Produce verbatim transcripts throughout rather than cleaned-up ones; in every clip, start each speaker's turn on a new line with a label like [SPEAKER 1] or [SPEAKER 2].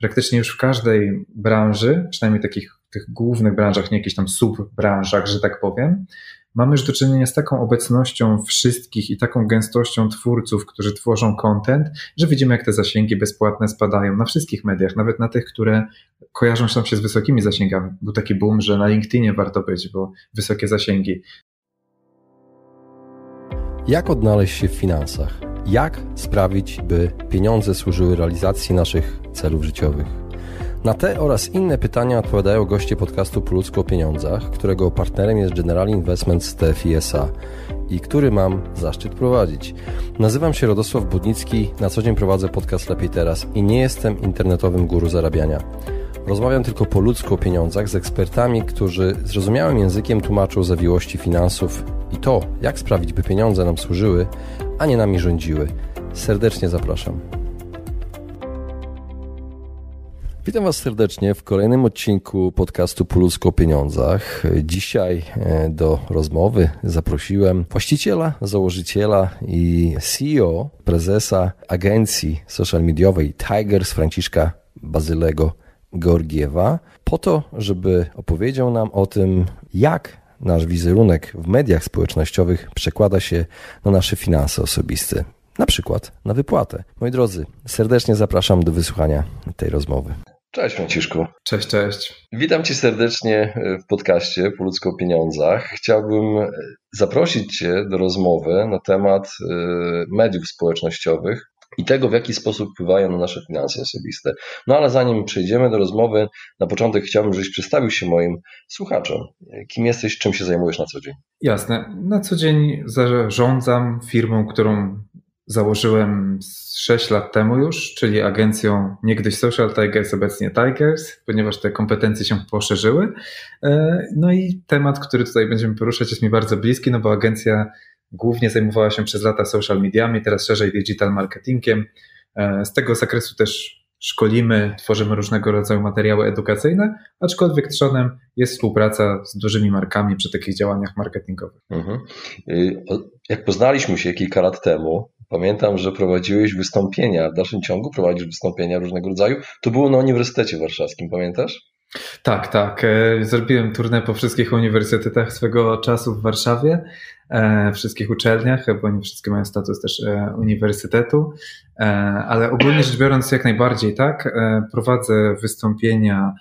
[SPEAKER 1] praktycznie już w każdej branży, przynajmniej takich tych głównych branżach, nie jakichś tam subbranżach, że tak powiem, mamy już do czynienia z taką obecnością wszystkich i taką gęstością twórców, którzy tworzą content, że widzimy, jak te zasięgi bezpłatne spadają na wszystkich mediach, nawet na tych, które kojarzą się tam się z wysokimi zasięgami. Był taki boom, że na LinkedInie warto być, bo wysokie zasięgi.
[SPEAKER 2] Jak odnaleźć się w finansach? Jak sprawić, by pieniądze służyły realizacji naszych celów życiowych? Na te oraz inne pytania odpowiadają goście podcastu Po ludzku o pieniądzach, którego partnerem jest General Investments T F I S A i który mam zaszczyt prowadzić. Nazywam się Radosław Budnicki, na co dzień prowadzę podcast Lepiej Teraz i nie jestem internetowym guru zarabiania. Rozmawiam tylko po ludzku o pieniądzach z ekspertami, którzy zrozumiałym językiem tłumaczą zawiłości finansów i to, jak sprawić, by pieniądze nam służyły, a nie nami rządziły. Serdecznie zapraszam. Witam Was serdecznie w kolejnym odcinku podcastu Po ludzku o pieniądzach. Dzisiaj do rozmowy zaprosiłem właściciela, założyciela i C E O, prezesa agencji social mediowej Tigers, Franciszka Bazylego Georgiewa, po to, żeby opowiedział nam o tym, jak nasz wizerunek w mediach społecznościowych przekłada się na nasze finanse osobiste, na przykład na wypłatę. Moi drodzy, serdecznie zapraszam do wysłuchania tej rozmowy.
[SPEAKER 3] Cześć Franciszku.
[SPEAKER 1] Cześć, cześć.
[SPEAKER 3] Witam Cię serdecznie w podcaście Po ludzku o pieniądzach. Chciałbym zaprosić Cię do rozmowy na temat mediów społecznościowych i tego, w jaki sposób wpływają na nasze finanse osobiste. No ale zanim przejdziemy do rozmowy, na początek chciałbym, żebyś przedstawił się moim słuchaczom. Kim jesteś, czym się zajmujesz na co dzień?
[SPEAKER 1] Jasne. Na co dzień zarządzam firmą, którą założyłem sześć lat temu już, czyli agencją niegdyś Social Tigers, obecnie Tigers, ponieważ te kompetencje się poszerzyły. No i temat, który tutaj będziemy poruszać, jest mi bardzo bliski, no bo agencja głównie zajmowała się przez lata social mediami, teraz szerzej digital marketingiem. Z tego zakresu też szkolimy, tworzymy różnego rodzaju materiały edukacyjne, aczkolwiek trzonem jest współpraca z dużymi markami przy takich działaniach marketingowych.
[SPEAKER 3] Mhm. Jak poznaliśmy się kilka lat temu, pamiętam, że prowadziłeś wystąpienia, w dalszym ciągu prowadzisz wystąpienia różnego rodzaju. To było na Uniwersytecie Warszawskim, pamiętasz?
[SPEAKER 1] Tak, tak. Zrobiłem tournée po wszystkich uniwersytetach swego czasu w Warszawie, wszystkich uczelniach, bo nie wszystkie mają status też uniwersytetu, ale ogólnie rzecz biorąc jak najbardziej, tak. Prowadzę wystąpienia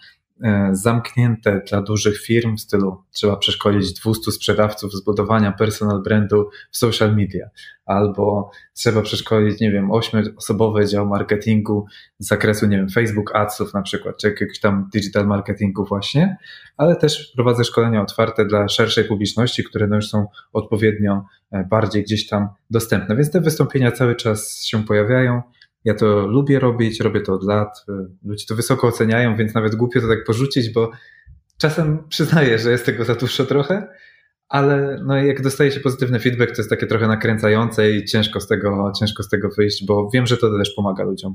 [SPEAKER 1] zamknięte dla dużych firm w stylu trzeba przeszkolić dwieście sprzedawców z budowania personal brandu w social media, albo trzeba przeszkolić, nie wiem, ośmioosobowy dział marketingu z zakresu, nie wiem, Facebook Adsów na przykład, czy jakiegoś tam digital marketingu właśnie, ale też prowadzę szkolenia otwarte dla szerszej publiczności, które no już są odpowiednio bardziej gdzieś tam dostępne, więc te wystąpienia cały czas się pojawiają. Ja to lubię robić, robię to od lat, ludzie to wysoko oceniają, więc nawet głupio to tak porzucić, bo czasem przyznaję, że jest tego za dużo trochę, ale no jak dostaje się pozytywny feedback, to jest takie trochę nakręcające i ciężko z tego, ciężko z tego wyjść, bo wiem, że to też pomaga ludziom.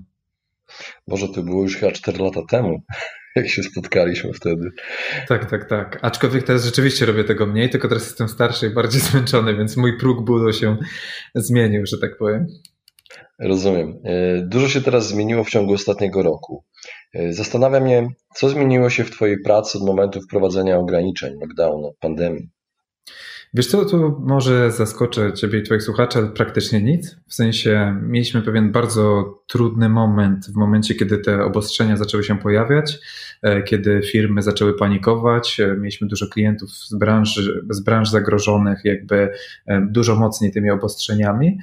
[SPEAKER 3] Boże, to było już chyba cztery lata temu, jak się spotkaliśmy wtedy.
[SPEAKER 1] Tak, tak, tak. Aczkolwiek teraz rzeczywiście robię tego mniej, tylko teraz jestem starszy i bardziej zmęczony, więc mój próg bólu się zmienił, że tak powiem.
[SPEAKER 3] Rozumiem. Dużo się teraz zmieniło w ciągu ostatniego roku. Zastanawia mnie, co zmieniło się w Twojej pracy od momentu wprowadzenia ograniczeń, lockdownu, pandemii?
[SPEAKER 1] Wiesz co, tu może zaskoczę Ciebie i Twoich słuchaczy, ale praktycznie nic. W sensie mieliśmy pewien bardzo trudny moment w momencie, kiedy te obostrzenia zaczęły się pojawiać, kiedy firmy zaczęły panikować, mieliśmy dużo klientów z branż, z branż zagrożonych jakby dużo mocniej tymi obostrzeniami,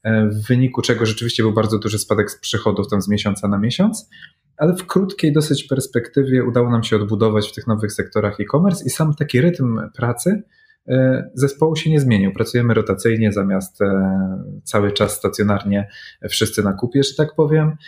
[SPEAKER 1] w wyniku czego rzeczywiście był bardzo duży spadek z przychodów tam z miesiąca na miesiąc, ale w krótkiej dosyć perspektywie udało nam się odbudować w tych nowych sektorach e-commerce i sam taki rytm pracy zespołu się nie zmienił. Pracujemy rotacyjnie zamiast cały czas stacjonarnie wszyscy na kupie, że tak powiem.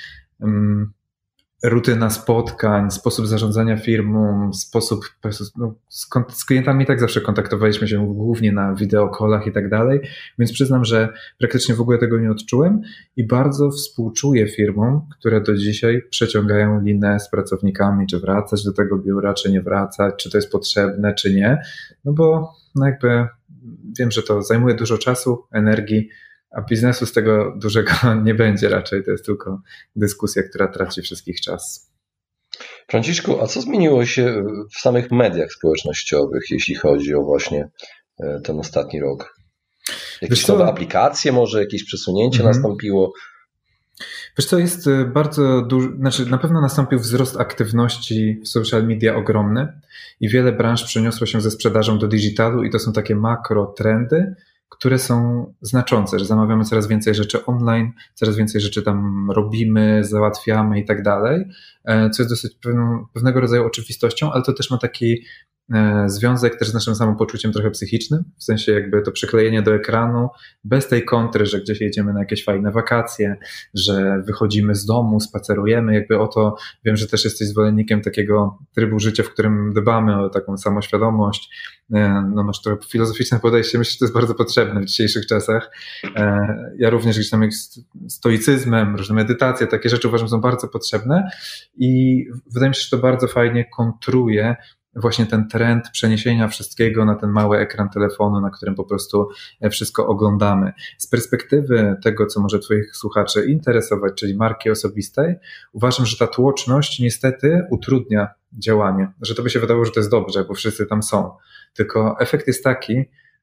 [SPEAKER 1] Rutyna spotkań, sposób zarządzania firmą, sposób no, z, z klientami tak zawsze kontaktowaliśmy się głównie na wideokolach i tak dalej, więc przyznam, że praktycznie w ogóle tego nie odczułem i bardzo współczuję firmom, które do dzisiaj przeciągają linę z pracownikami, czy wracać do tego biura, czy nie wracać, czy to jest potrzebne, czy nie, no bo no jakby wiem, że to zajmuje dużo czasu, energii, a biznesu z tego dużego nie będzie raczej, to jest tylko dyskusja, która traci wszystkich czas.
[SPEAKER 3] Franciszku, a co zmieniło się w samych mediach społecznościowych, jeśli chodzi o właśnie ten ostatni rok? Jakieś nowe aplikacje, może jakieś przesunięcie mhm. nastąpiło?
[SPEAKER 1] Wiesz co, jest bardzo duży, znaczy na pewno nastąpił wzrost aktywności w social media ogromny i wiele branż przeniosło się ze sprzedażą do digitalu i to są takie makro trendy, które są znaczące, że zamawiamy coraz więcej rzeczy online, coraz więcej rzeczy tam robimy, załatwiamy i tak dalej, co jest dosyć pewną, pewnego rodzaju oczywistością, ale to też ma taki związek też z naszym samopoczuciem trochę psychicznym, w sensie jakby to przyklejenie do ekranu, bez tej kontry, że gdzieś jedziemy na jakieś fajne wakacje, że wychodzimy z domu, spacerujemy, jakby o to wiem, że też jesteś zwolennikiem takiego trybu życia, w którym dbamy o taką samoświadomość, no masz trochę filozoficzne podejście, myślę, że to jest bardzo potrzebne w dzisiejszych czasach. Ja również gdzieś tam stoicyzmem, różne medytacje, takie rzeczy uważam są bardzo potrzebne i wydaje mi się, że to bardzo fajnie kontruje właśnie ten trend przeniesienia wszystkiego na ten mały ekran telefonu, na którym po prostu wszystko oglądamy. Z perspektywy tego, co może Twoich słuchaczy interesować, czyli marki osobistej, uważam, że ta tłoczność niestety utrudnia działanie, że to by się wydawało, że to jest dobrze, bo wszyscy tam są. Tylko efekt jest taki,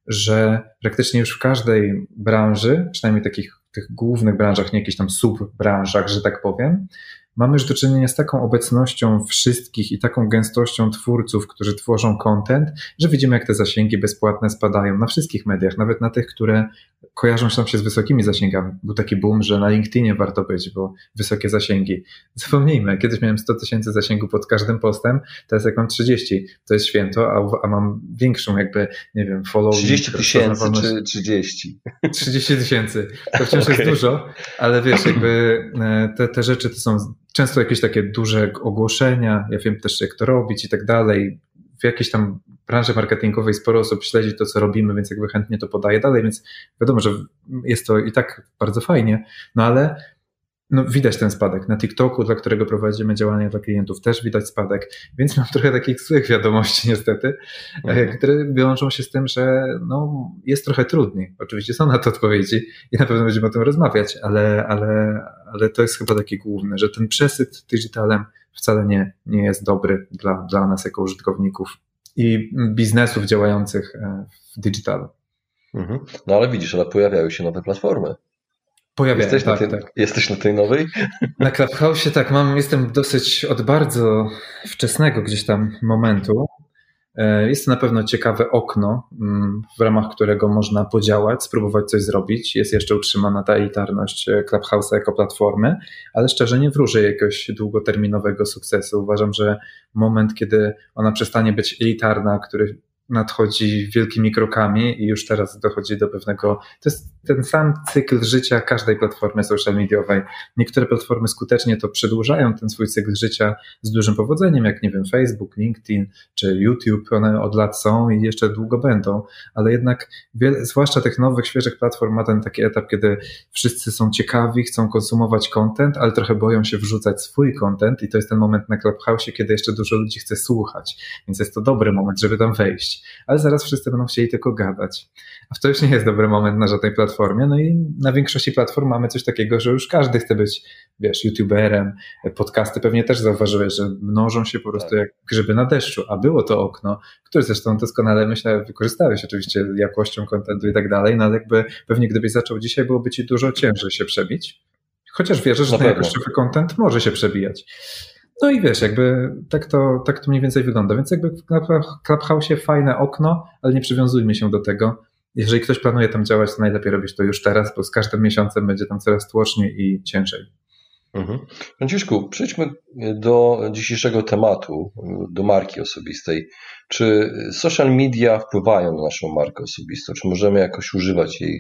[SPEAKER 1] że praktycznie już w każdej branży, przynajmniej takich tych głównych branżach, nie jakichś tam subbranżach, że tak powiem, mamy już do czynienia z taką obecnością wszystkich i taką gęstością twórców, którzy tworzą content, że widzimy, jak te zasięgi bezpłatne spadają na wszystkich mediach, nawet na tych, które kojarzą się tam się z wysokimi zasięgami. Był taki boom, że na LinkedInie warto być, bo wysokie zasięgi. Zapomnijmy, kiedyś miałem sto tysięcy zasięgu pod każdym postem, teraz jak mam trzydzieści, to jest święto, a, a mam większą jakby, nie wiem, following.
[SPEAKER 3] trzydzieści tysięcy czy trzydzieści?
[SPEAKER 1] trzydzieści tysięcy. To wciąż okay. jest dużo, ale wiesz, jakby te, te rzeczy to są często jakieś takie duże ogłoszenia, ja wiem też, jak to robić i tak dalej. W jakiejś tam branży marketingowej sporo osób śledzi to, co robimy, więc jakby chętnie to podaję dalej, więc wiadomo, że jest to i tak bardzo fajnie, no ale no widać ten spadek. Na TikToku, dla którego prowadzimy działania dla klientów, też widać spadek, więc mam trochę takich złych wiadomości niestety, mhm. które wiążą się z tym, że no, jest trochę trudniej. Oczywiście są na to odpowiedzi i na pewno będziemy o tym rozmawiać, ale, ale, ale to jest chyba taki główny, że ten przesyt digitalem wcale nie, nie jest dobry dla, dla nas jako użytkowników i biznesów działających w digitalu.
[SPEAKER 3] Mhm. No ale widzisz, ale pojawiają się nowe platformy.
[SPEAKER 1] Pojawiają,
[SPEAKER 3] jesteś,
[SPEAKER 1] tak,
[SPEAKER 3] na tej,
[SPEAKER 1] tak.
[SPEAKER 3] jesteś na tej nowej?
[SPEAKER 1] Na Clubhouse tak, mam, jestem dosyć od bardzo wczesnego gdzieś tam momentu. Jest to na pewno ciekawe okno, w ramach którego można podziałać, spróbować coś zrobić. Jest jeszcze utrzymana ta elitarność Clubhouse'a jako platformy, ale szczerze nie wróżę jakiegoś długoterminowego sukcesu. Uważam, że moment, kiedy ona przestanie być elitarna, który nadchodzi wielkimi krokami i już teraz dochodzi do pewnego, to jest ten sam cykl życia każdej platformy social mediowej. Niektóre platformy skutecznie to przedłużają, ten swój cykl życia z dużym powodzeniem, jak nie wiem, Facebook, LinkedIn czy YouTube, one od lat są i jeszcze długo będą, ale jednak wiele, zwłaszcza tych nowych, świeżych platform ma ten taki etap, kiedy wszyscy są ciekawi, chcą konsumować content, ale trochę boją się wrzucać swój content i to jest ten moment na Clubhouse, kiedy jeszcze dużo ludzi chce słuchać, więc jest to dobry moment, żeby tam wejść. Ale zaraz wszyscy będą chcieli tylko gadać. A to już nie jest dobry moment na żadnej platformie. No i na większości platform mamy coś takiego, że już każdy chce być, wiesz, youtuberem. Podcasty pewnie też zauważyłeś, że mnożą się po prostu jak grzyby na deszczu. A było to okno, które zresztą doskonale, myślę, wykorzystałeś oczywiście jakością kontentu i tak dalej, no ale jakby pewnie gdybyś zaczął dzisiaj, byłoby ci dużo ciężej się przebić. Chociaż wierzę, że ten jakościowy content może się przebijać. No i wiesz, jakby tak to, tak to mniej więcej wygląda, więc jakby w Clubhouse'ie fajne okno, ale nie przywiązujmy się do tego. Jeżeli ktoś planuje tam działać, to najlepiej robić to już teraz, bo z każdym miesiącem będzie tam coraz tłoczniej i ciężej.
[SPEAKER 3] Mhm. Franciszku, przejdźmy do dzisiejszego tematu, do marki osobistej. Czy social media wpływają na naszą markę osobistą? Czy możemy jakoś używać jej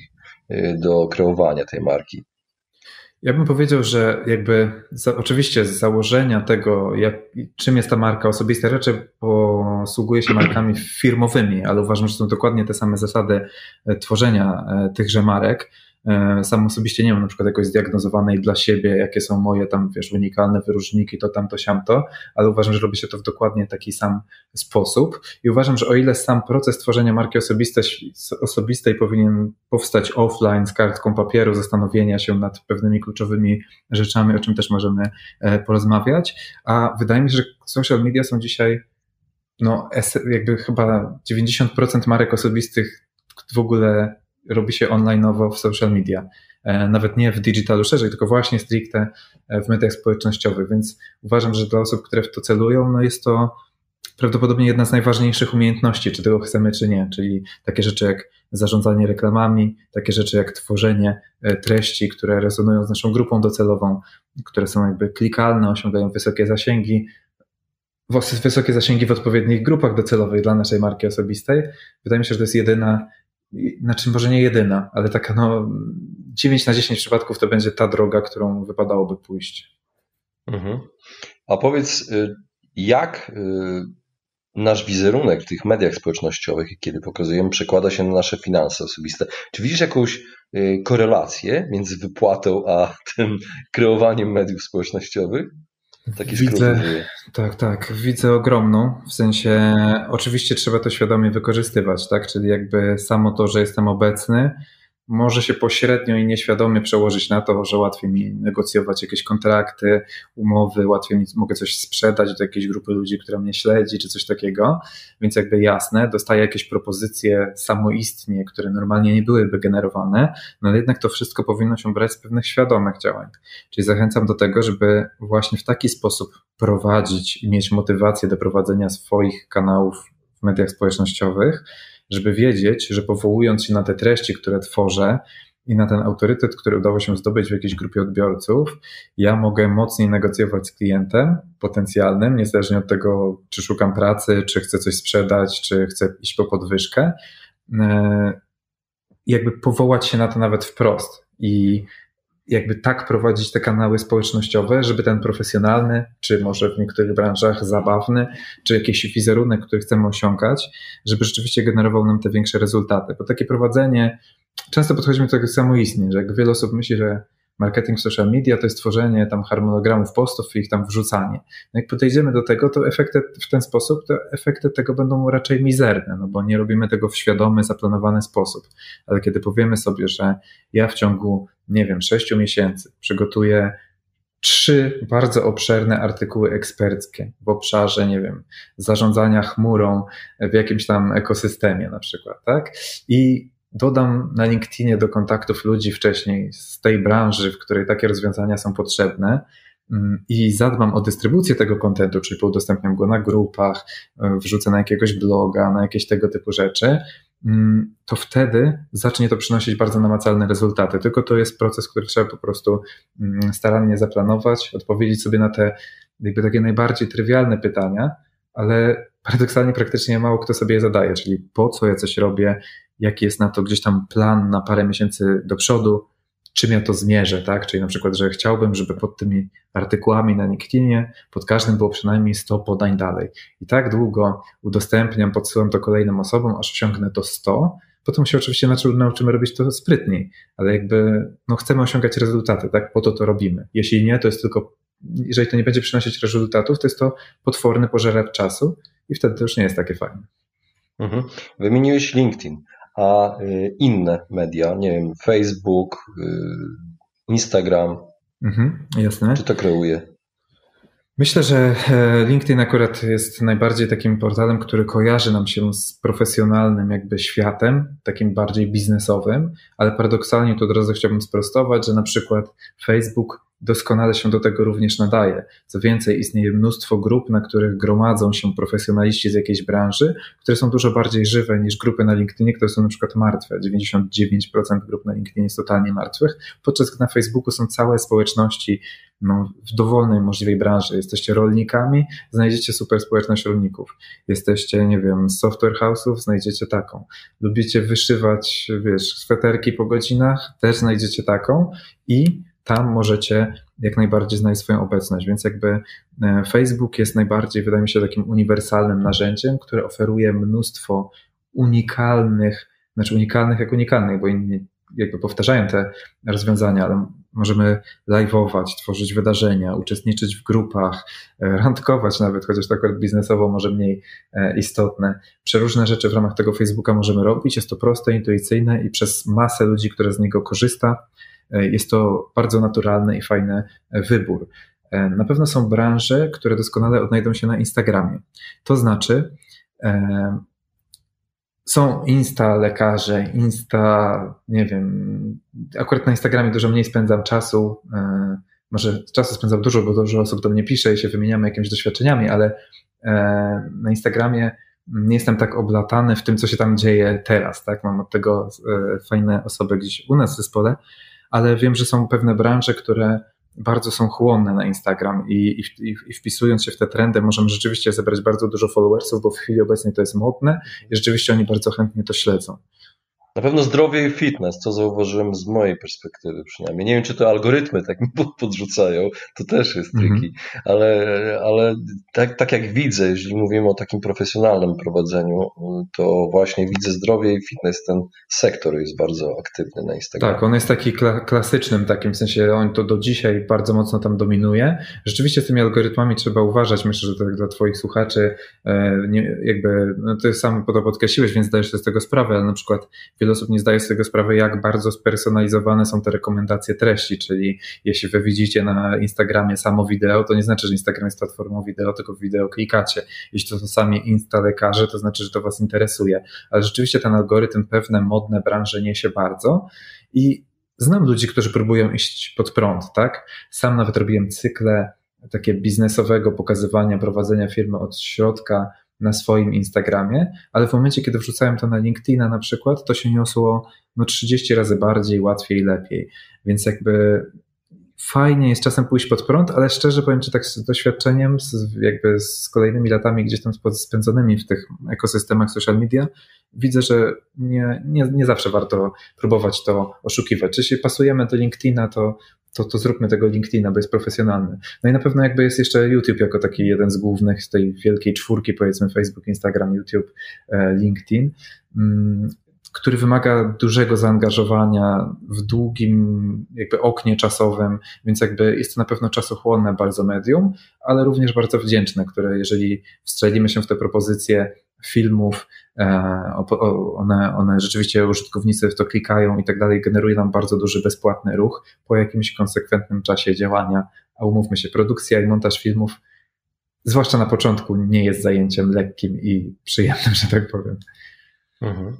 [SPEAKER 3] do kreowania tej marki?
[SPEAKER 1] Ja bym powiedział, że jakby za, oczywiście z założenia tego, jak, czym jest ta marka osobista, raczej posługuje się markami firmowymi, ale uważam, że są dokładnie te same zasady tworzenia tychże marek. sam osobiście nie mam na przykład jakoś zdiagnozowanej dla siebie, jakie są moje tam, wiesz, unikalne wyróżniki, to tamto, siamto, ale uważam, że robi się to w dokładnie taki sam sposób i uważam, że o ile sam proces tworzenia marki osobistej, osobistej powinien powstać offline z kartką papieru, zastanowienia się nad pewnymi kluczowymi rzeczami, o czym też możemy porozmawiać, a wydaje mi się, że social media są dzisiaj no jakby chyba dziewięćdziesiąt procent marek osobistych w ogóle robi się online'owo w social media. Nawet nie w digitalu szerzej, tylko właśnie stricte w mediach społecznościowych, więc uważam, że dla osób, które w to celują, no jest to prawdopodobnie jedna z najważniejszych umiejętności, czy tego chcemy, czy nie, czyli takie rzeczy jak zarządzanie reklamami, takie rzeczy jak tworzenie treści, które rezonują z naszą grupą docelową, które są jakby klikalne, osiągają wysokie zasięgi, wysokie zasięgi w odpowiednich grupach docelowych dla naszej marki osobistej. Wydaje mi się, że to jest jedyna, znaczy może nie jedyna, ale taka no dziewięć na dziesięć przypadków to będzie ta droga, którą wypadałoby pójść.
[SPEAKER 3] Mhm. A powiedz, jak nasz wizerunek w tych mediach społecznościowych, kiedy pokazujemy, przekłada się na nasze finanse osobiste? Czy widzisz jakąś korelację między wypłatą a tym kreowaniem mediów społecznościowych? Taki
[SPEAKER 1] widzę, tak, tak, widzę ogromną, w sensie oczywiście trzeba to świadomie wykorzystywać, tak, czyli jakby samo to, że jestem obecny, może się pośrednio i nieświadomie przełożyć na to, że łatwiej mi negocjować jakieś kontrakty, umowy, łatwiej mi, mogę coś sprzedać do jakiejś grupy ludzi, która mnie śledzi, czy coś takiego, więc jakby jasne, dostaję jakieś propozycje samoistnie, które normalnie nie byłyby generowane, no ale jednak to wszystko powinno się brać z pewnych świadomych działań. Czyli zachęcam do tego, żeby właśnie w taki sposób prowadzić i mieć motywację do prowadzenia swoich kanałów w mediach społecznościowych, żeby wiedzieć, że powołując się na te treści, które tworzę i na ten autorytet, który udało się zdobyć w jakiejś grupie odbiorców, ja mogę mocniej negocjować z klientem potencjalnym, niezależnie od tego, czy szukam pracy, czy chcę coś sprzedać, czy chcę iść po podwyżkę, jakby powołać się na to nawet wprost i jakby tak prowadzić te kanały społecznościowe, żeby ten profesjonalny, czy może w niektórych branżach zabawny, czy jakiś wizerunek, który chcemy osiągać, żeby rzeczywiście generował nam te większe rezultaty. Bo takie prowadzenie, często podchodzimy do tego samoistnie, że jak wiele osób myśli, że marketing social media to jest tworzenie tam harmonogramów postów i ich tam wrzucanie. No jak podejdziemy do tego, to efekty w ten sposób, to efekty tego będą raczej mizerne, no bo nie robimy tego w świadomy, zaplanowany sposób. Ale kiedy powiemy sobie, że ja w ciągu, nie wiem, sześciu miesięcy przygotuję trzy bardzo obszerne artykuły eksperckie w obszarze, nie wiem, zarządzania chmurą w jakimś tam ekosystemie na przykład, tak? I dodam na LinkedInie do kontaktów ludzi wcześniej z tej branży, w której takie rozwiązania są potrzebne i zadbam o dystrybucję tego kontentu, czyli udostępniam go na grupach, wrzucę na jakiegoś bloga, na jakieś tego typu rzeczy, to wtedy zacznie to przynosić bardzo namacalne rezultaty. Tylko to jest proces, który trzeba po prostu starannie zaplanować, odpowiedzieć sobie na te jakby takie najbardziej trywialne pytania, ale paradoksalnie praktycznie mało kto sobie je zadaje, czyli po co ja coś robię, jaki jest na to gdzieś tam plan na parę miesięcy do przodu, czym ja to zmierzę, tak? Czyli na przykład, że chciałbym, żeby pod tymi artykułami na LinkedInie, pod każdym było przynajmniej sto podań dalej. I tak długo udostępniam, podsyłam to kolejnym osobom, aż osiągnę to sto. Potem się oczywiście nauczymy robić to sprytniej, ale jakby no chcemy osiągać rezultaty, tak? Po to to robimy. Jeśli nie, to jest tylko, jeżeli to nie będzie przynosić rezultatów, to jest to potworny pożeracz czasu i wtedy to już nie jest takie fajne.
[SPEAKER 3] Mhm. Wymieniłeś LinkedIn, a inne media, nie wiem, Facebook, Instagram,
[SPEAKER 1] mhm, jasne.
[SPEAKER 3] Czy to kreuje?
[SPEAKER 1] Myślę, że LinkedIn akurat jest najbardziej takim portalem, który kojarzy nam się z profesjonalnym jakby światem, takim bardziej biznesowym, ale paradoksalnie tu od razu chciałbym sprostować, że na przykład Facebook doskonale się do tego również nadaje. Co więcej, istnieje mnóstwo grup, na których gromadzą się profesjonaliści z jakiejś branży, które są dużo bardziej żywe niż grupy na LinkedInie, które są na przykład martwe. dziewięćdziesiąt dziewięć procent grup na LinkedInie jest totalnie martwych, podczas gdy na Facebooku są całe społeczności no, w dowolnej możliwej branży. Jesteście rolnikami, znajdziecie super społeczność rolników. Jesteście, nie wiem, z software house'ów, znajdziecie taką. Lubicie wyszywać, wiesz, sweterki po godzinach, też znajdziecie taką i tam możecie jak najbardziej znaleźć swoją obecność, więc jakby Facebook jest najbardziej, wydaje mi się, takim uniwersalnym narzędziem, które oferuje mnóstwo unikalnych, znaczy unikalnych jak unikalnych, bo inni jakby powtarzają te rozwiązania, ale możemy live'ować, tworzyć wydarzenia, uczestniczyć w grupach, randkować nawet, chociaż to akurat biznesowo może mniej istotne. Przeróżne rzeczy w ramach tego Facebooka możemy robić, jest to proste, intuicyjne i przez masę ludzi, która z niego korzysta, jest to bardzo naturalny i fajny wybór. Na pewno są branże, które doskonale odnajdą się na Instagramie. To znaczy, e, są Insta lekarze, Insta, nie wiem, akurat na Instagramie dużo mniej spędzam czasu, e, może czasu spędzam dużo, bo dużo osób do mnie pisze i się wymieniamy jakimiś doświadczeniami, ale e, na Instagramie nie jestem tak oblatany w tym, co się tam dzieje teraz, tak? Mam od tego e, fajne osoby gdzieś u nas w zespole, ale wiem, że są pewne branże, które bardzo są chłonne na Instagram i, i, i wpisując się w te trendy możemy rzeczywiście zebrać bardzo dużo followersów, bo w chwili obecnej to jest modne i rzeczywiście oni bardzo chętnie to śledzą.
[SPEAKER 3] Na pewno zdrowie i fitness, co zauważyłem z mojej perspektywy przynajmniej. Nie wiem, czy to algorytmy tak mi podrzucają, to też jest tricky, mm-hmm. ale, ale tak, tak jak widzę, jeżeli mówimy o takim profesjonalnym prowadzeniu, to właśnie widzę zdrowie i fitness, ten sektor jest bardzo aktywny na Instagramie.
[SPEAKER 1] Tak, on jest taki kla- klasycznym takim, w sensie on to do dzisiaj bardzo mocno tam dominuje. Rzeczywiście z tymi algorytmami trzeba uważać, myślę, że tak dla twoich słuchaczy nie, jakby, no ty sam to podkreśliłeś, więc zdajesz sobie z tego sprawę, ale na przykład wiele osób nie zdaje sobie tego sprawy, jak bardzo spersonalizowane są te rekomendacje treści, czyli jeśli wy widzicie na Instagramie samo wideo, to nie znaczy, że Instagram jest platformą wideo, tylko w wideo klikacie. Jeśli to są sami Insta lekarze, to znaczy, że to was interesuje. Ale rzeczywiście ten algorytm pewne modne branże niesie bardzo i znam ludzi, którzy próbują iść pod prąd, tak? Sam nawet robiłem cykle takie biznesowego pokazywania, prowadzenia firmy od środka na swoim Instagramie, ale w momencie, kiedy wrzucałem to na LinkedIna na przykład, to się niosło no trzydzieści razy bardziej, łatwiej, lepiej. Więc jakby fajnie jest czasem pójść pod prąd, ale szczerze powiem Ci tak z doświadczeniem, z, jakby z kolejnymi latami gdzieś tam spędzonymi w tych ekosystemach social media, widzę, że nie, nie, nie zawsze warto próbować to oszukiwać. Jeśli pasujemy do LinkedIna, to To, to zróbmy tego LinkedIna, bo jest profesjonalny. No i na pewno jakby jest jeszcze YouTube jako taki jeden z głównych z tej wielkiej czwórki, powiedzmy Facebook, Instagram, YouTube, LinkedIn, który wymaga dużego zaangażowania w długim jakby oknie czasowym, więc jakby jest to na pewno czasochłonne bardzo medium, ale również bardzo wdzięczne, które jeżeli wstrzelimy się w te propozycje filmów, one, one rzeczywiście użytkownicy w to klikają i tak dalej, generuje nam bardzo duży bezpłatny ruch po jakimś konsekwentnym czasie działania, a umówmy się, produkcja i montaż filmów, zwłaszcza na początku, nie jest zajęciem lekkim i przyjemnym, że tak powiem.
[SPEAKER 3] Mhm.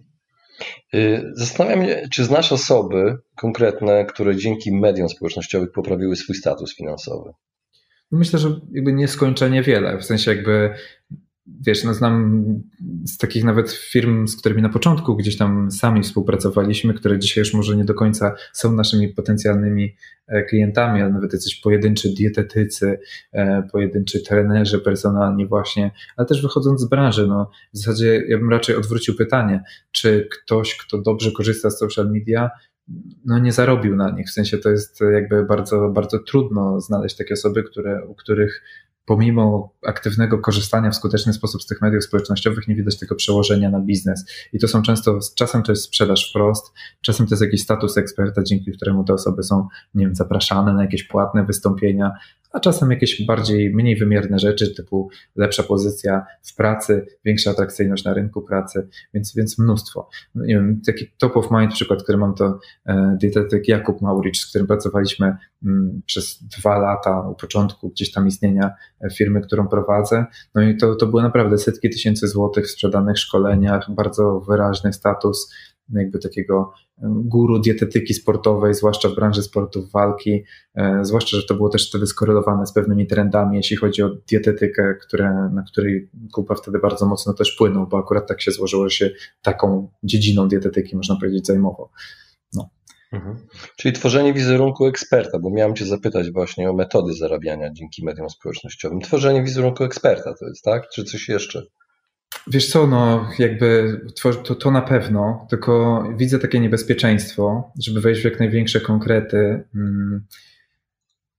[SPEAKER 3] Zastanawiam się, czy znasz osoby konkretne, które dzięki mediom społecznościowym poprawiły swój status finansowy?
[SPEAKER 1] Myślę, że jakby nieskończenie wiele, w sensie jakby wiesz, no znam z takich nawet firm, z którymi na początku gdzieś tam sami współpracowaliśmy, które dzisiaj już może nie do końca są naszymi potencjalnymi klientami, ale nawet jacyś pojedynczy dietetycy, pojedynczy trenerzy personalni właśnie, ale też wychodząc z branży, no w zasadzie ja bym raczej odwrócił pytanie, czy ktoś, kto dobrze korzysta z social media, no nie zarobił na nich, w sensie to jest jakby bardzo, bardzo trudno znaleźć takie osoby, które, u których pomimo aktywnego korzystania w skuteczny sposób z tych mediów społecznościowych nie widać tego przełożenia na biznes. I to są często, czasem to jest sprzedaż wprost, czasem to jest jakiś status eksperta, dzięki któremu te osoby są, nie wiem, zapraszane na jakieś płatne wystąpienia, a czasem jakieś bardziej, mniej wymierne rzeczy, typu lepsza pozycja w pracy, większa atrakcyjność na rynku pracy, więc, więc mnóstwo. Nie wiem, taki top of mind przykład, który mam, to e, dietetyk Jakub Mauricz, z którym pracowaliśmy m, przez dwa lata u początku gdzieś tam istnienia firmy, którą prowadzę. No i to, to były naprawdę setki tysięcy złotych w sprzedanych szkoleniach, bardzo wyraźny status jakby takiego guru dietetyki sportowej, zwłaszcza w branży sportów walki, zwłaszcza, że to było też wtedy skorelowane z pewnymi trendami, jeśli chodzi o dietetykę, które, na której Kuba wtedy bardzo mocno też płynął, bo akurat tak się złożyło, że się taką dziedziną dietetyki, można powiedzieć, zajmował. No.
[SPEAKER 3] Mhm. Czyli tworzenie wizerunku eksperta, bo miałem Cię zapytać właśnie o metody zarabiania dzięki mediom społecznościowym. Tworzenie wizerunku eksperta to jest, tak? Czy coś jeszcze?
[SPEAKER 1] Wiesz co, no jakby to, to na pewno, tylko widzę takie niebezpieczeństwo, żeby wejść w jak największe konkrety.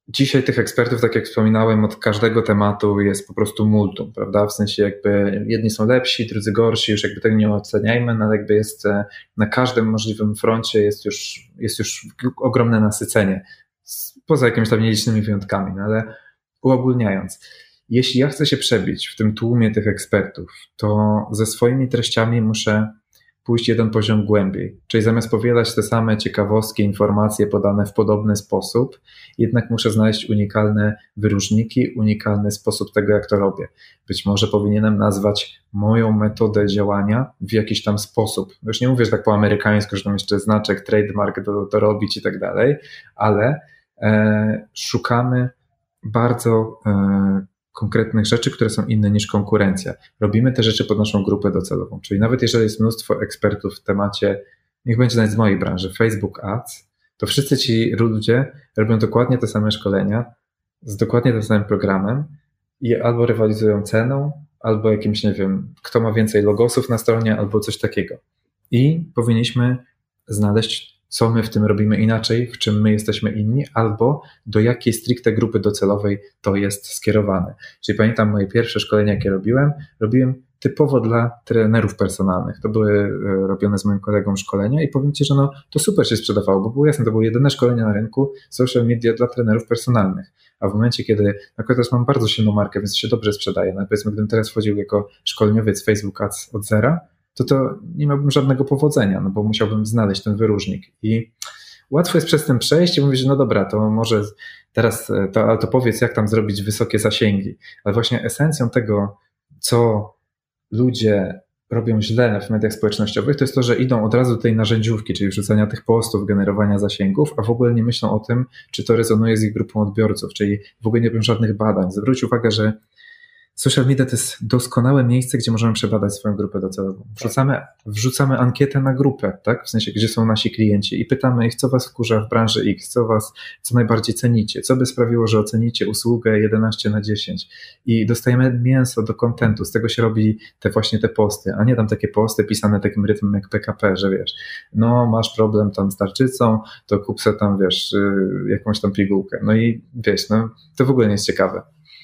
[SPEAKER 1] dzisiaj tych ekspertów, tak jak wspominałem, od każdego tematu jest po prostu multum, prawda? W sensie jakby jedni są lepsi, drudzy gorsi, już jakby tego nie oceniajmy, no ale jakby jest na każdym możliwym froncie jest już, jest już ogromne nasycenie, poza jakimiś tam nielicznymi wyjątkami, no ale uogólniając, jeśli ja chcę się przebić w tym tłumie tych ekspertów, to ze swoimi treściami muszę pójść jeden poziom głębiej, czyli zamiast powielać te same ciekawostki, informacje podane w podobny sposób, jednak muszę znaleźć unikalne wyróżniki, unikalny sposób tego, jak to robię. Być może powinienem nazwać moją metodę działania w jakiś tam sposób. Już nie mówię, że tak po amerykańsku, że tam jeszcze znaczek, trademark do, do robić i tak dalej, ale e, szukamy bardzo e, konkretnych rzeczy, które są inne niż konkurencja. Robimy te rzeczy pod naszą grupę docelową, czyli nawet jeżeli jest mnóstwo ekspertów w temacie, niech będzie nawet z mojej branży, Facebook Ads, to wszyscy ci ludzie robią dokładnie te same szkolenia z dokładnie tym samym programem i albo rywalizują ceną, albo jakimś, nie wiem, kto ma więcej logosów na stronie, albo coś takiego. I powinniśmy znaleźć, co my w tym robimy inaczej, w czym my jesteśmy inni, albo do jakiej stricte grupy docelowej to jest skierowane. Czyli pamiętam moje pierwsze szkolenia, jakie robiłem, robiłem typowo dla trenerów personalnych. To były robione z moim kolegą szkolenia i powiem Ci, że no, to super się sprzedawało, bo było jasne, to były jedyne szkolenia na rynku social media dla trenerów personalnych. A w momencie, kiedy akurat też mam bardzo silną markę, więc się dobrze sprzedaje, no powiedzmy, gdybym teraz wchodził jako szkoleniowiec Facebook Ads od zera, to to nie miałbym żadnego powodzenia, no bo musiałbym znaleźć ten wyróżnik i łatwo jest przez ten przejść i mówić, że no dobra, to może teraz to, to powiedz, jak tam zrobić wysokie zasięgi, ale właśnie esencją tego, co ludzie robią źle w mediach społecznościowych, to jest to, że idą od razu do tej narzędziówki, czyli wrzucania tych postów, generowania zasięgów, a w ogóle nie myślą o tym, czy to rezonuje z ich grupą odbiorców, czyli w ogóle nie robią żadnych badań. Zwróć uwagę, że social media to jest doskonałe miejsce, gdzie możemy przebadać swoją grupę docelową. Wrzucamy, wrzucamy ankietę na grupę, tak? W sensie, gdzie są nasi klienci i pytamy ich, co was wkurza w branży X, co was, co najbardziej cenicie, co by sprawiło, że ocenicie usługę jedenaście na dziesięć i dostajemy mięso do kontentu, z tego się robi te właśnie te posty, a nie tam takie posty pisane takim rytmem jak P K P, że wiesz, no masz problem tam z tarczycą, to kup sobie tam, wiesz, jakąś tam pigułkę. No i wiesz, no to w ogóle nie jest ciekawe.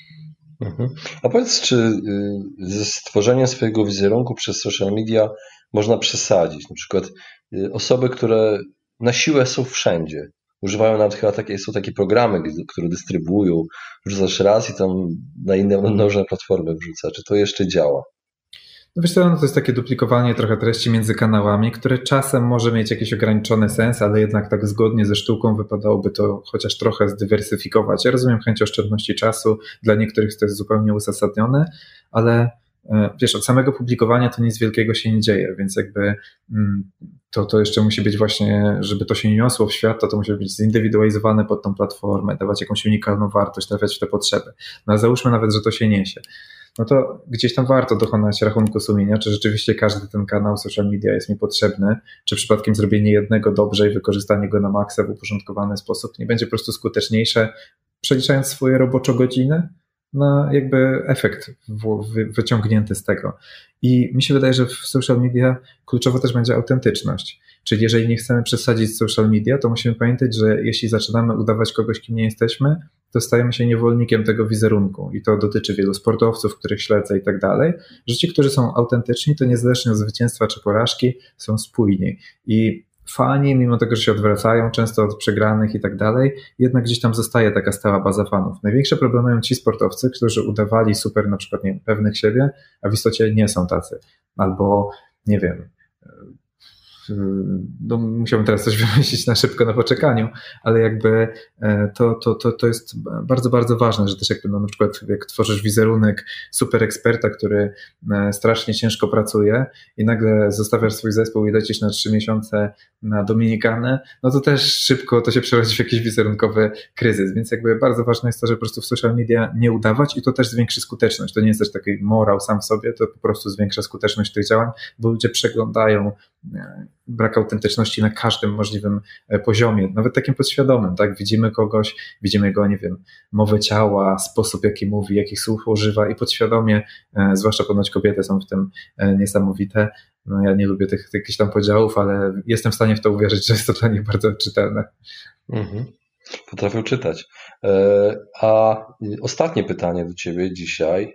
[SPEAKER 3] A powiedz, czy ze stworzeniem swojego wizerunku przez social media można przesadzić? Na przykład osoby, które na siłę są wszędzie, używają nawet chyba takie, są takie programy, które dystrybuują, wrzucasz raz i tam na inne mnożne platformy wrzuca. Czy to jeszcze działa?
[SPEAKER 1] No wiesz co, no to jest takie duplikowanie trochę treści między kanałami, które czasem może mieć jakiś ograniczony sens, ale jednak tak zgodnie ze sztuką wypadałoby to chociaż trochę zdywersyfikować. Ja rozumiem chęć oszczędności czasu, dla niektórych to jest zupełnie uzasadnione, ale wiesz, od samego publikowania to nic wielkiego się nie dzieje, więc jakby to, to jeszcze musi być właśnie, żeby to się niosło w świat, to to musi być zindywidualizowane pod tą platformę, dawać jakąś unikalną wartość, trafiać w te potrzeby. No ale załóżmy nawet, że to się niesie. No to gdzieś tam warto dokonać rachunku sumienia, czy rzeczywiście każdy ten kanał social media jest mi potrzebny, czy przypadkiem zrobienie jednego dobrze i wykorzystanie go na maksa w uporządkowany sposób nie będzie po prostu skuteczniejsze, przeliczając swoje roboczo godziny na jakby efekt wyciągnięty z tego. I mi się wydaje, że w social media kluczowa też będzie autentyczność. Czyli jeżeli nie chcemy przesadzić z social media, to musimy pamiętać, że jeśli zaczynamy udawać kogoś, kim nie jesteśmy, to stajemy się niewolnikiem tego wizerunku. I to dotyczy wielu sportowców, których śledzę i tak dalej, że ci, którzy są autentyczni, to niezależnie od zwycięstwa czy porażki, są spójni. I fani, mimo tego, że się odwracają często od przegranych i tak dalej, jednak gdzieś tam zostaje taka stała baza fanów. Największe problemy mają ci sportowcy, którzy udawali super na przykład nie wiem, pewnych siebie, a w istocie nie są tacy. Albo, nie wiem, no, musiałbym teraz coś wymyślić na szybko na poczekaniu, ale jakby to, to, to, to jest bardzo, bardzo ważne, że też jakby no, na przykład jak tworzysz wizerunek super eksperta, który strasznie ciężko pracuje i nagle zostawiasz swój zespół i lecisz na trzy miesiące na Dominikanę, no to też szybko to się przerodzi w jakiś wizerunkowy kryzys, więc jakby bardzo ważne jest to, że po prostu w social media nie udawać i to też zwiększy skuteczność. To nie jest też taki morał sam w sobie, to po prostu zwiększa skuteczność tych działań, bo ludzie przeglądają brak autentyczności na każdym możliwym poziomie, nawet takim podświadomym, tak? Widzimy kogoś, widzimy jego, nie wiem, mowę ciała, sposób, jaki mówi, jakich słów używa i podświadomie, zwłaszcza ponoć kobiety są w tym niesamowite. No ja nie lubię tych, tych jakichś tam podziałów, ale jestem w stanie w to uwierzyć, że jest to dla nich bardzo czytelne.
[SPEAKER 3] Mhm. Potrafią czytać. A ostatnie pytanie do Ciebie dzisiaj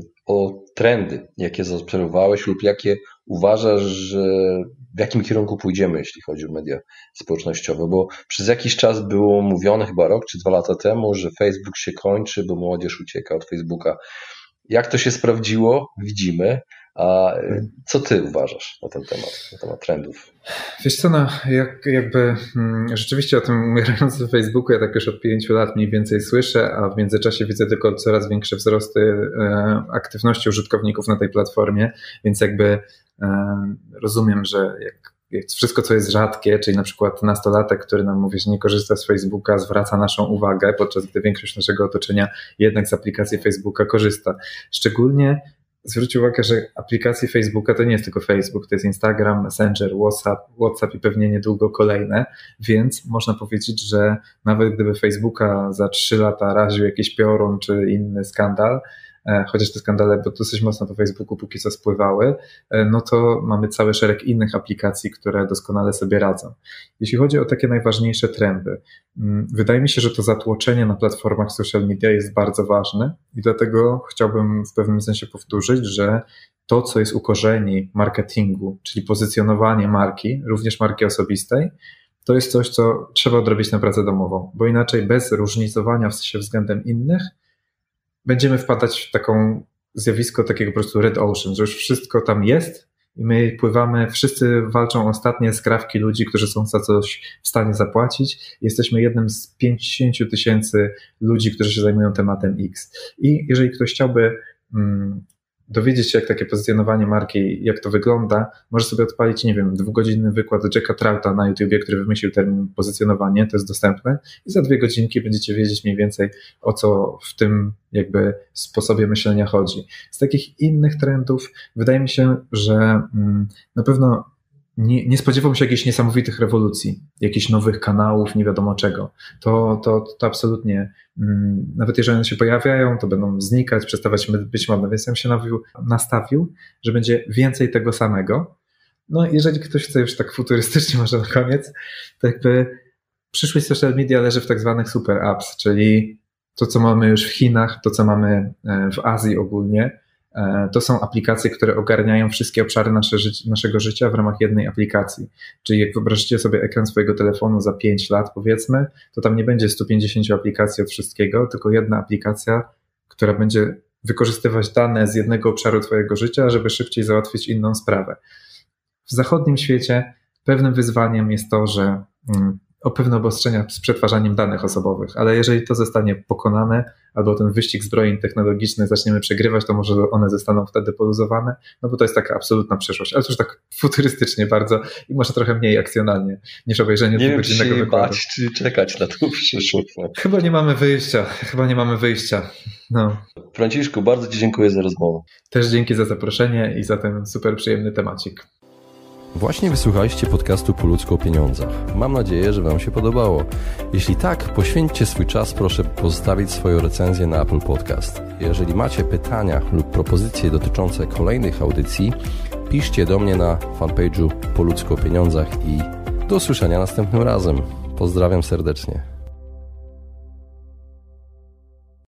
[SPEAKER 3] o trendy, jakie zaobserwowałeś lub jakie uważasz, że w jakim kierunku pójdziemy, jeśli chodzi o media społecznościowe, bo przez jakiś czas było mówione, chyba rok czy dwa lata temu, że Facebook się kończy, bo młodzież ucieka od Facebooka. Jak to się sprawdziło, widzimy. A co Ty uważasz na ten temat, na temat trendów?
[SPEAKER 1] Wiesz co, no, jak, jakby hmm, rzeczywiście o tym umierającym Facebooku ja tak już od pięciu lat mniej więcej słyszę, a w międzyczasie widzę tylko coraz większe wzrosty e, aktywności użytkowników na tej platformie, więc jakby e, rozumiem, że jak, jak wszystko, co jest rzadkie, czyli na przykład nastolatek, który nam mówi, że nie korzysta z Facebooka, zwraca naszą uwagę, podczas gdy większość naszego otoczenia jednak z aplikacji Facebooka korzysta. Szczególnie zwróć uwagę, że aplikacje Facebooka to nie jest tylko Facebook, to jest Instagram, Messenger, WhatsApp, WhatsApp i pewnie niedługo kolejne, więc można powiedzieć, że nawet gdyby Facebooka za trzy lata raził jakiś piorun czy inny skandal, chociaż te skandale bo dosyć mocno po Facebooku póki co spływały, no to mamy cały szereg innych aplikacji, które doskonale sobie radzą. Jeśli chodzi o takie najważniejsze trendy, wydaje mi się, że to zatłoczenie na platformach social media jest bardzo ważne i dlatego chciałbym w pewnym sensie powtórzyć, że to, co jest u korzeni marketingu, czyli pozycjonowanie marki, również marki osobistej, to jest coś, co trzeba odrobić na pracę domową, bo inaczej bez różnicowania się względem innych będziemy wpadać w taką zjawisko takiego po prostu red ocean, że już wszystko tam jest i my pływamy, wszyscy walczą o ostatnie skrawki ludzi, którzy są za coś w stanie zapłacić. Jesteśmy jednym z pięćdziesięciu tysięcy ludzi, którzy się zajmują tematem X. I jeżeli ktoś chciałby mm, dowiedzieć się, jak takie pozycjonowanie marki, jak to wygląda, może sobie odpalić, nie wiem, dwugodzinny wykład Jacka Trouta na YouTubie, który wymyślił termin pozycjonowanie, to jest dostępne i za dwie godzinki będziecie wiedzieć mniej więcej, o co w tym jakby sposobie myślenia chodzi. Z takich innych trendów wydaje mi się, że mm, na pewno nie, nie spodziewam się jakichś niesamowitych rewolucji, jakichś nowych kanałów, nie wiadomo czego. To, to, to absolutnie, mm, nawet jeżeli one się pojawiają, to będą znikać, przestawać być modne, więc ja bym się nawił, nastawił, że będzie więcej tego samego. No jeżeli ktoś chce już tak futurystycznie może na koniec, to jakby przyszłość social media leży w tak zwanych super apps, czyli to, co mamy już w Chinach, to, co mamy w Azji ogólnie, to są aplikacje, które ogarniają wszystkie obszary nasze ży- naszego życia w ramach jednej aplikacji. Czyli jak wyobraźcie sobie ekran swojego telefonu za pięć lat, powiedzmy, to tam nie będzie sto pięćdziesiąt aplikacji od wszystkiego, tylko jedna aplikacja, która będzie wykorzystywać dane z jednego obszaru twojego życia, żeby szybciej załatwić inną sprawę. W zachodnim świecie pewnym wyzwaniem jest to, że mm, o pewne obostrzenia z przetwarzaniem danych osobowych, ale jeżeli to zostanie pokonane, albo ten wyścig zbrojeń technologicznych zaczniemy przegrywać, to może one zostaną wtedy poluzowane, no bo to jest taka absolutna przyszłość, ale to już tak futurystycznie bardzo i może trochę mniej akcjonalnie niż obejrzenie dwugodzinnego wykładu.
[SPEAKER 3] Bać, czy czekać na tą przyszłość.
[SPEAKER 1] Chyba nie mamy wyjścia, chyba nie mamy wyjścia. No.
[SPEAKER 3] Franciszku, bardzo Ci dziękuję za rozmowę.
[SPEAKER 1] Też dzięki za zaproszenie i za ten super przyjemny temacik.
[SPEAKER 2] Właśnie wysłuchaliście podcastu Po ludzku o pieniądzach. Mam nadzieję, że Wam się podobało. Jeśli tak, poświęćcie swój czas, proszę pozostawić swoją recenzję na Apple Podcast. Jeżeli macie pytania lub propozycje dotyczące kolejnych audycji, piszcie do mnie na fanpage'u Po ludzku o pieniądzach i do usłyszenia następnym razem. Pozdrawiam serdecznie.